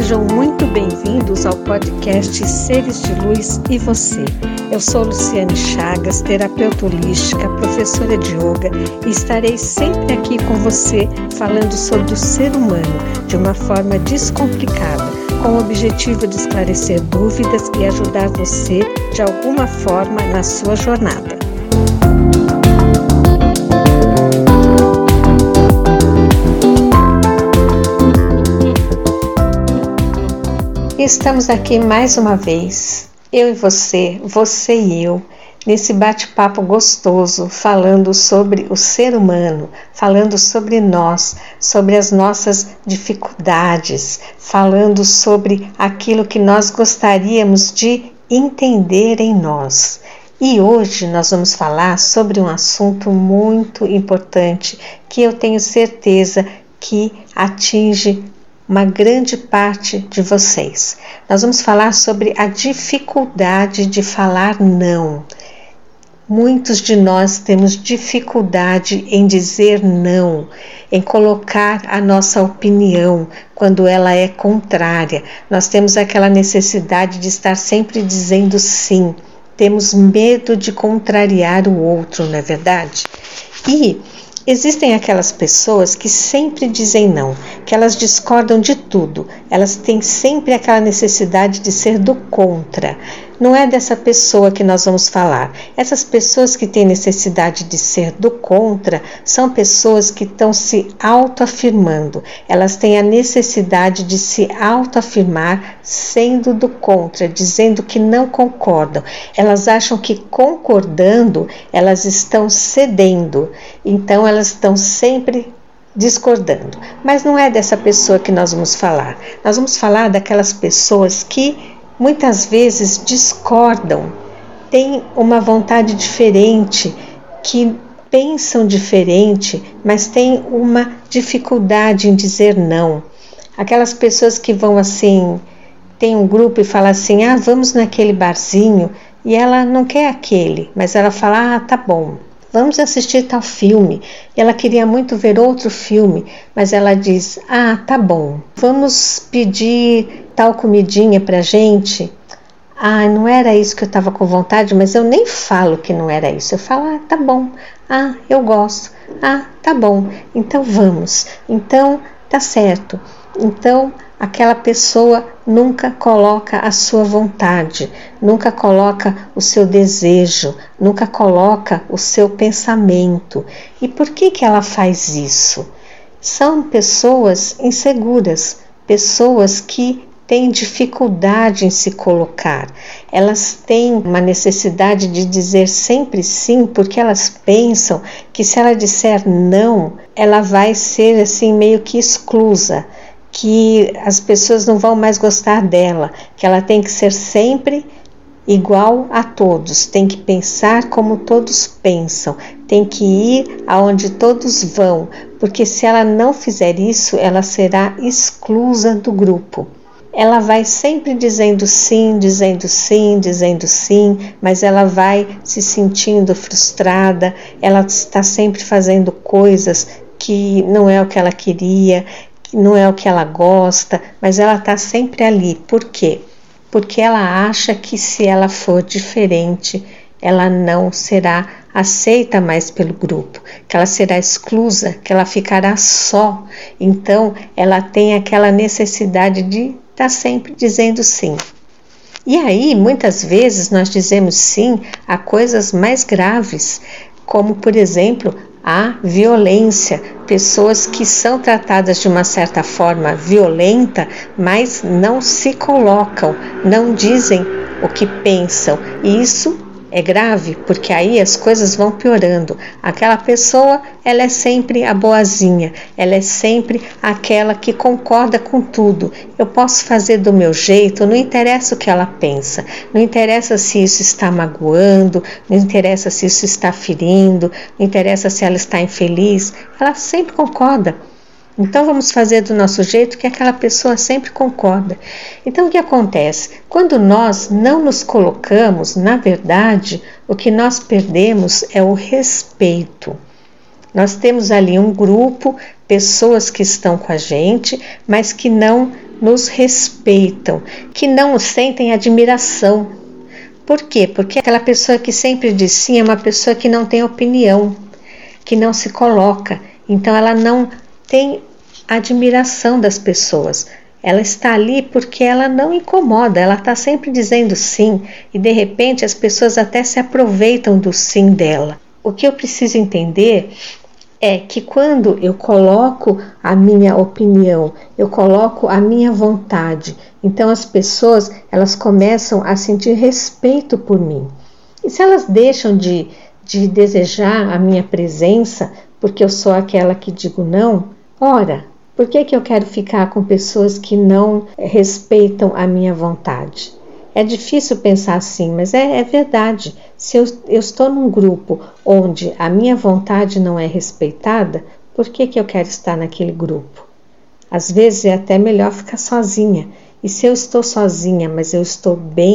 Sejam muito bem-vindos ao podcast Seres de Luz e Você. Eu sou Luciane Chagas, terapeuta holística, professora de yoga e estarei sempre aqui com você falando sobre o ser humano de uma forma descomplicada, com o objetivo de esclarecer dúvidas e ajudar você de alguma forma na sua jornada. Estamos aqui mais uma vez, eu e você, você e eu, nesse bate-papo gostoso, falando sobre o ser humano, falando sobre nós, sobre as nossas dificuldades, falando sobre aquilo que nós gostaríamos de entender em nós. E hoje nós vamos falar sobre um assunto muito importante que eu tenho certeza que atinge uma grande parte de vocês. Nós vamos falar sobre a dificuldade de falar não. Muitos de nós temos dificuldade em dizer não, em colocar a nossa opinião quando ela é contrária. Nós temos aquela necessidade de estar sempre dizendo sim. Temos medo de contrariar o outro, não é verdade? E existem aquelas pessoas que sempre dizem não, que elas discordam de tudo, elas têm sempre aquela necessidade de ser do contra. Não é dessa pessoa que nós vamos falar. Essas pessoas que têm necessidade de ser do contra são pessoas que estão se autoafirmando. Elas têm a necessidade de se autoafirmar sendo do contra, dizendo que não concordam. Elas acham que concordando, elas estão cedendo. Então elas estão sempre discordando. Mas não é dessa pessoa que nós vamos falar. Nós vamos falar daquelas pessoas que muitas vezes discordam, têm uma vontade diferente, que pensam diferente, mas têm uma dificuldade em dizer não. Aquelas pessoas que vão assim, tem um grupo e fala assim, vamos naquele barzinho, e ela não quer aquele, mas ela fala, tá bom. Vamos assistir tal filme. Ela queria muito ver outro filme, mas ela diz, tá bom, vamos pedir tal comidinha pra gente. Não era isso que eu estava com vontade, mas eu nem falo que não era isso. Eu falo, tá bom, eu gosto, tá bom, então vamos, então tá certo. Então aquela pessoa nunca coloca a sua vontade, nunca coloca o seu desejo, nunca coloca o seu pensamento. E por que ela faz isso? São pessoas inseguras, pessoas que têm dificuldade em se colocar. Elas têm uma necessidade de dizer sempre sim, porque elas pensam que se ela disser não, ela vai ser assim meio que exclusa, que as pessoas não vão mais gostar dela, que ela tem que ser sempre igual a todos, tem que pensar como todos pensam, tem que ir aonde todos vão, porque se ela não fizer isso, ela será exclusa do grupo. Ela vai sempre dizendo sim, dizendo sim, dizendo sim, mas ela vai se sentindo frustrada, ela está sempre fazendo coisas que não é o que ela queria, não é o que ela gosta, mas ela está sempre ali. Por quê? Porque ela acha que se ela for diferente, ela não será aceita mais pelo grupo, que ela será exclusa, que ela ficará só. Então, ela tem aquela necessidade de estar sempre dizendo sim. E aí, muitas vezes, nós dizemos sim a coisas mais graves, como, por exemplo, a violência, pessoas que são tratadas de uma certa forma violenta, mas não se colocam, não dizem o que pensam. E isso é grave, porque aí as coisas vão piorando. Aquela pessoa, ela é sempre a boazinha, ela é sempre aquela que concorda com tudo. Eu posso fazer do meu jeito, não interessa o que ela pensa, não interessa se isso está magoando, não interessa se isso está ferindo, não interessa se ela está infeliz, ela sempre concorda. Então vamos fazer do nosso jeito, que aquela pessoa sempre concorda. Então o que acontece? Quando nós não nos colocamos, na verdade, o que nós perdemos é o respeito. Nós temos ali um grupo, pessoas que estão com a gente, mas que não nos respeitam, que não sentem admiração. Por quê? Porque aquela pessoa que sempre diz sim é uma pessoa que não tem opinião, que não se coloca. Então ela não tem admiração das pessoas. Ela está ali porque ela não incomoda, ela está sempre dizendo sim e de repente as pessoas até se aproveitam do sim dela. O que eu preciso entender é que quando eu coloco a minha opinião, eu coloco a minha vontade, então as pessoas elas começam a sentir respeito por mim. E se elas deixam de desejar a minha presença, porque eu sou aquela que digo não, ora, por que eu quero ficar com pessoas que não respeitam a minha vontade? É difícil pensar assim, mas é verdade. Se eu estou num grupo onde a minha vontade não é respeitada, por que eu quero estar naquele grupo? Às vezes é até melhor ficar sozinha. E se eu estou sozinha, mas eu estou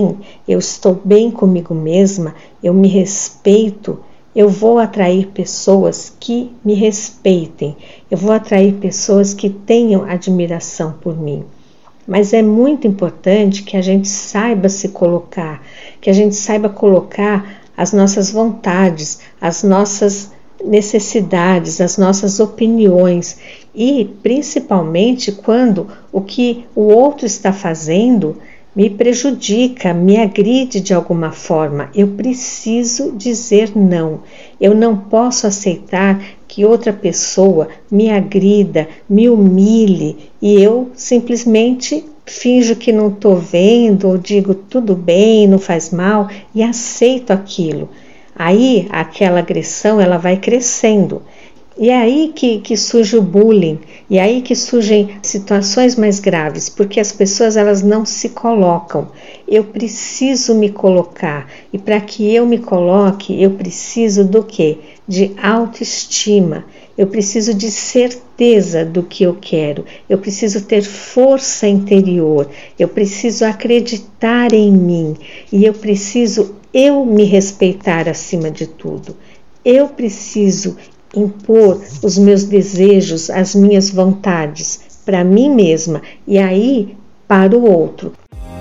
bem comigo mesma, eu me respeito, eu vou atrair pessoas que me respeitem, eu vou atrair pessoas que tenham admiração por mim. Mas é muito importante que a gente saiba se colocar, que a gente saiba colocar as nossas vontades, as nossas necessidades, as nossas opiniões e principalmente quando o que o outro está fazendo me prejudica, me agride de alguma forma. Eu preciso dizer não. Eu não posso aceitar que outra pessoa me agrida, me humilhe e eu simplesmente finjo que não estou vendo ou digo tudo bem, não faz mal e aceito aquilo. Aí aquela agressão ela vai crescendo. E é aí que surge o bullying, e é aí que surgem situações mais graves, porque as pessoas elas não se colocam. Eu preciso me colocar, e para que eu me coloque, eu preciso do quê? De autoestima, eu preciso de certeza do que eu quero, eu preciso ter força interior, eu preciso acreditar em mim, e eu preciso me respeitar acima de tudo. Eu preciso impor os meus desejos, as minhas vontades para mim mesma e aí para o outro.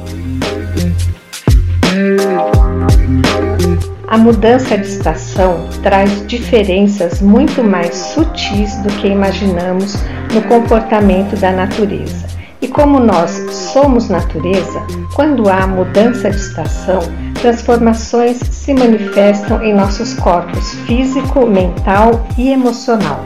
A mudança de estação traz diferenças muito mais sutis do que imaginamos no comportamento da natureza. E como nós somos natureza, quando há mudança de estação, transformações se manifestam em nossos corpos físico, mental e emocional.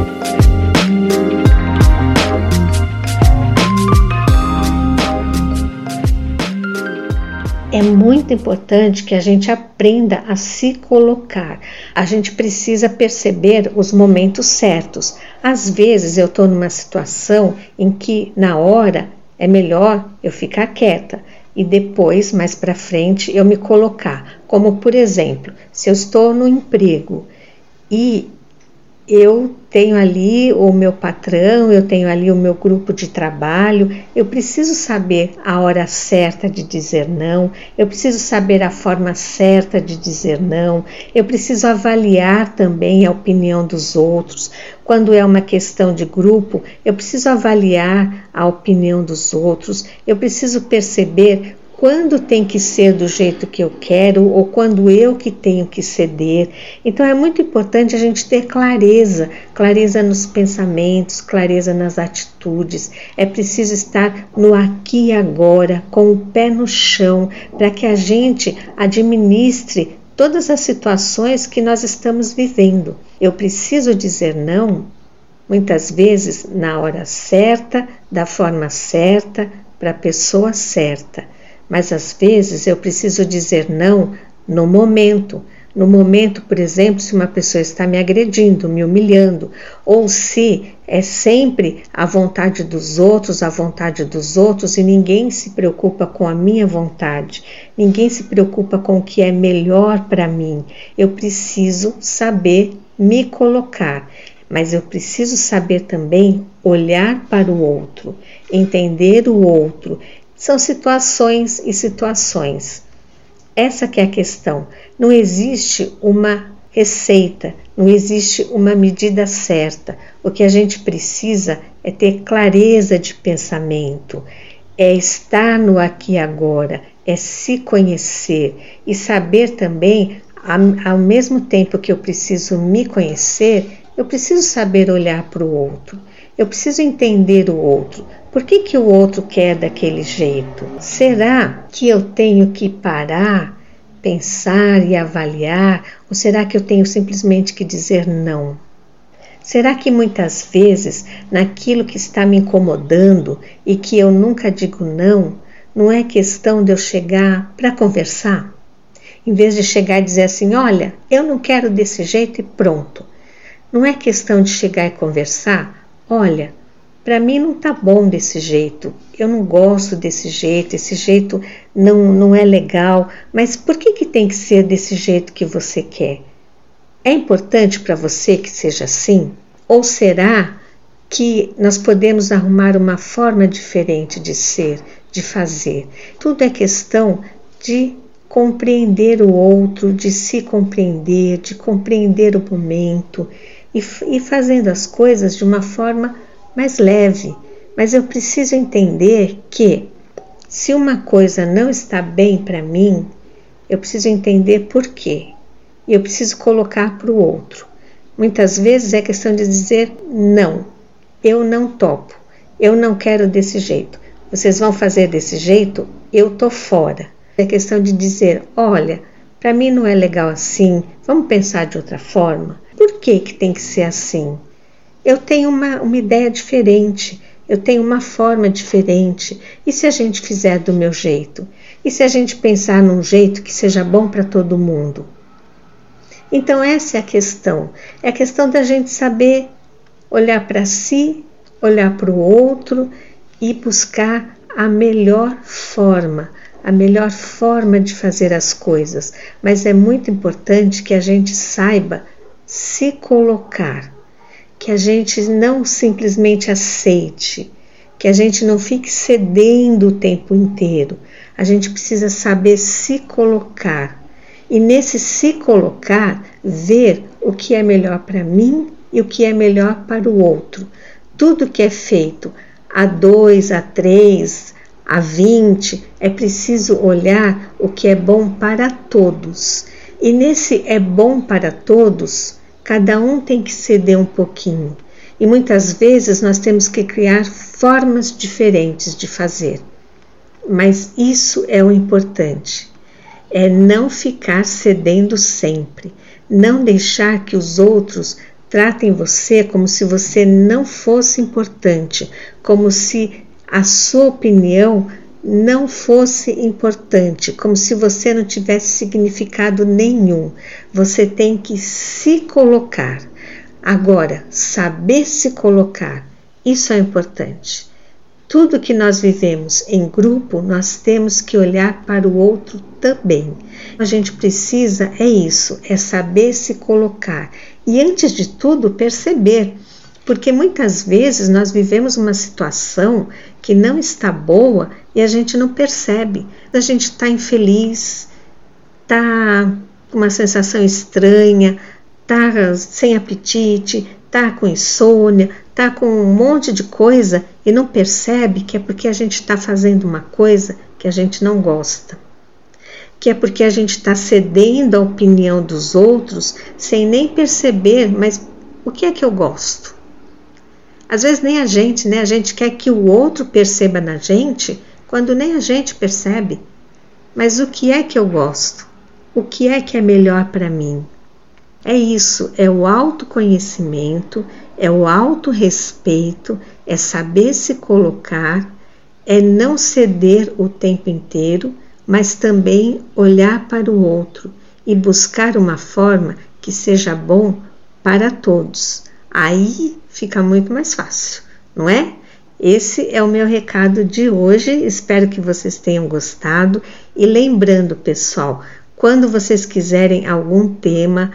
É muito importante que a gente aprenda a se colocar. A gente precisa perceber os momentos certos. Às vezes eu estou numa situação em que na hora é melhor eu ficar quieta e depois, mais para frente, eu me colocar. Como, por exemplo, se eu estou no emprego e eu tenho ali o meu patrão, eu tenho ali o meu grupo de trabalho, eu preciso saber a hora certa de dizer não, eu preciso saber a forma certa de dizer não, eu preciso avaliar também a opinião dos outros. Quando é uma questão de grupo, eu preciso avaliar a opinião dos outros, eu preciso perceber quando tem que ser do jeito que eu quero ou quando eu que tenho que ceder. Então é muito importante a gente ter clareza nos pensamentos, clareza nas atitudes. É preciso estar no aqui e agora, com o pé no chão, para que a gente administre todas as situações que nós estamos vivendo. Eu preciso dizer não, muitas vezes na hora certa, da forma certa, para a pessoa certa. Mas às vezes eu preciso dizer não no momento. No momento, por exemplo, se uma pessoa está me agredindo, me humilhando, ou se é sempre a vontade dos outros e ninguém se preocupa com a minha vontade, ninguém se preocupa com o que é melhor para mim. Eu preciso saber me colocar, mas eu preciso saber também olhar para o outro, entender o outro. São situações e situações. Essa que é a questão. Não existe uma receita, não existe uma medida certa. O que a gente precisa é ter clareza de pensamento. é estar no aqui e agora, é se conhecer e saber também, ao mesmo tempo que eu preciso me conhecer, eu preciso saber olhar para o outro, eu preciso entender o outro. Por que o outro quer daquele jeito? Será que eu tenho que parar, pensar e avaliar, ou será que eu tenho simplesmente que dizer não? Será que muitas vezes, naquilo que está me incomodando e que eu nunca digo não, não é questão de eu chegar para conversar? Em vez de chegar e dizer assim, olha, eu não quero desse jeito e pronto. Não é questão de chegar e conversar, olha, para mim não tá bom desse jeito, eu não gosto desse jeito, esse jeito não é legal, mas por que tem que ser desse jeito que você quer? É importante para você que seja assim? Ou será que nós podemos arrumar uma forma diferente de ser, de fazer? Tudo é questão de compreender o outro, de se compreender, de compreender o momento e fazendo as coisas de uma forma mais leve. Mas eu preciso entender que se uma coisa não está bem para mim, eu preciso entender por quê. E eu preciso colocar para o outro. Muitas vezes é questão de dizer não, eu não topo, eu não quero desse jeito. Vocês vão fazer desse jeito, eu tô fora. É questão de dizer, olha, para mim não é legal assim, vamos pensar de outra forma. Por que tem que ser assim? Eu tenho uma ideia diferente, eu tenho uma forma diferente. E se a gente fizer do meu jeito? E se a gente pensar num jeito que seja bom para todo mundo? Então essa é a questão da gente saber olhar para si, olhar para o outro e buscar a melhor forma de fazer as coisas. Mas é muito importante que a gente saiba se colocar, que a gente não simplesmente aceite, que a gente não fique cedendo o tempo inteiro. A gente precisa saber se colocar. E nesse se colocar, ver o que é melhor para mim e o que é melhor para o outro. Tudo que é feito a 2, a 3, a 20, é preciso olhar o que é bom para todos. E nesse é bom para todos, cada um tem que ceder um pouquinho. E muitas vezes nós temos que criar formas diferentes de fazer. Mas isso é o importante. É não ficar cedendo sempre, não deixar que os outros tratem você como se você não fosse importante, como se a sua opinião não fosse importante, como se você não tivesse significado nenhum. Você tem que se colocar. Agora, saber se colocar, isso é importante. Tudo que nós vivemos em grupo, nós temos que olhar para o outro também. A gente precisa, é saber se colocar. E antes de tudo, perceber. Porque muitas vezes nós vivemos uma situação que não está boa e a gente não percebe. A gente está infeliz, está com uma sensação estranha, está sem apetite, está com insônia, está com um monte de coisa e não percebe que é porque a gente está fazendo uma coisa que a gente não gosta. Que é porque a gente está cedendo à opinião dos outros sem nem perceber, mas o que é que eu gosto? Às vezes nem a gente, né? A gente quer que o outro perceba na gente quando nem a gente percebe. Mas o que é que eu gosto? O que é melhor para mim? É isso, é o autoconhecimento, é o autorrespeito, é saber se colocar, é não ceder o tempo inteiro, mas também olhar para o outro e buscar uma forma que seja bom para todos. Aí fica muito mais fácil, não é? Esse é o meu recado de hoje, espero que vocês tenham gostado. E lembrando, pessoal, quando vocês quiserem algum tema,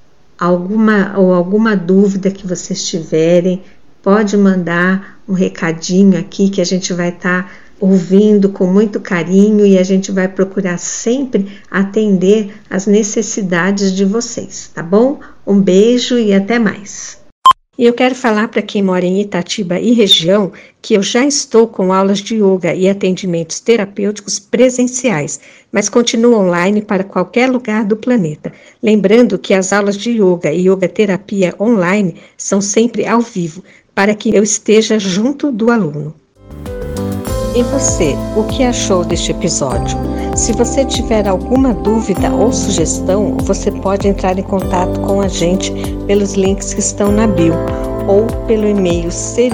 alguma dúvida que vocês tiverem, pode mandar um recadinho aqui que a gente vai estar ouvindo com muito carinho e a gente vai procurar sempre atender às necessidades de vocês, tá bom? Um beijo e até mais! E eu quero falar para quem mora em Itatiba e região que eu já estou com aulas de yoga e atendimentos terapêuticos presenciais, mas continuo online para qualquer lugar do planeta. Lembrando que as aulas de yoga e yoga terapia online são sempre ao vivo, para que eu esteja junto do aluno. E você, o que achou deste episódio? Se você tiver alguma dúvida ou sugestão, você pode entrar em contato com a gente pelos links que estão na bio ou pelo e-mail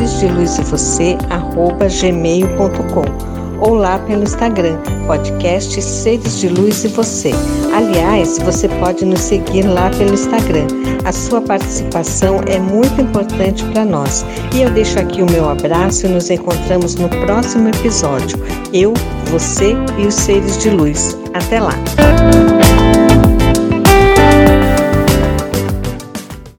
seresdeluzevocê@gmail.com ou lá pelo Instagram, podcast Seres de Luz e Você. Aliás, você pode nos seguir lá pelo Instagram. A sua participação é muito importante para nós. E eu deixo aqui o meu abraço e nos encontramos no próximo episódio. Eu, você e os Seres de Luz. Até lá!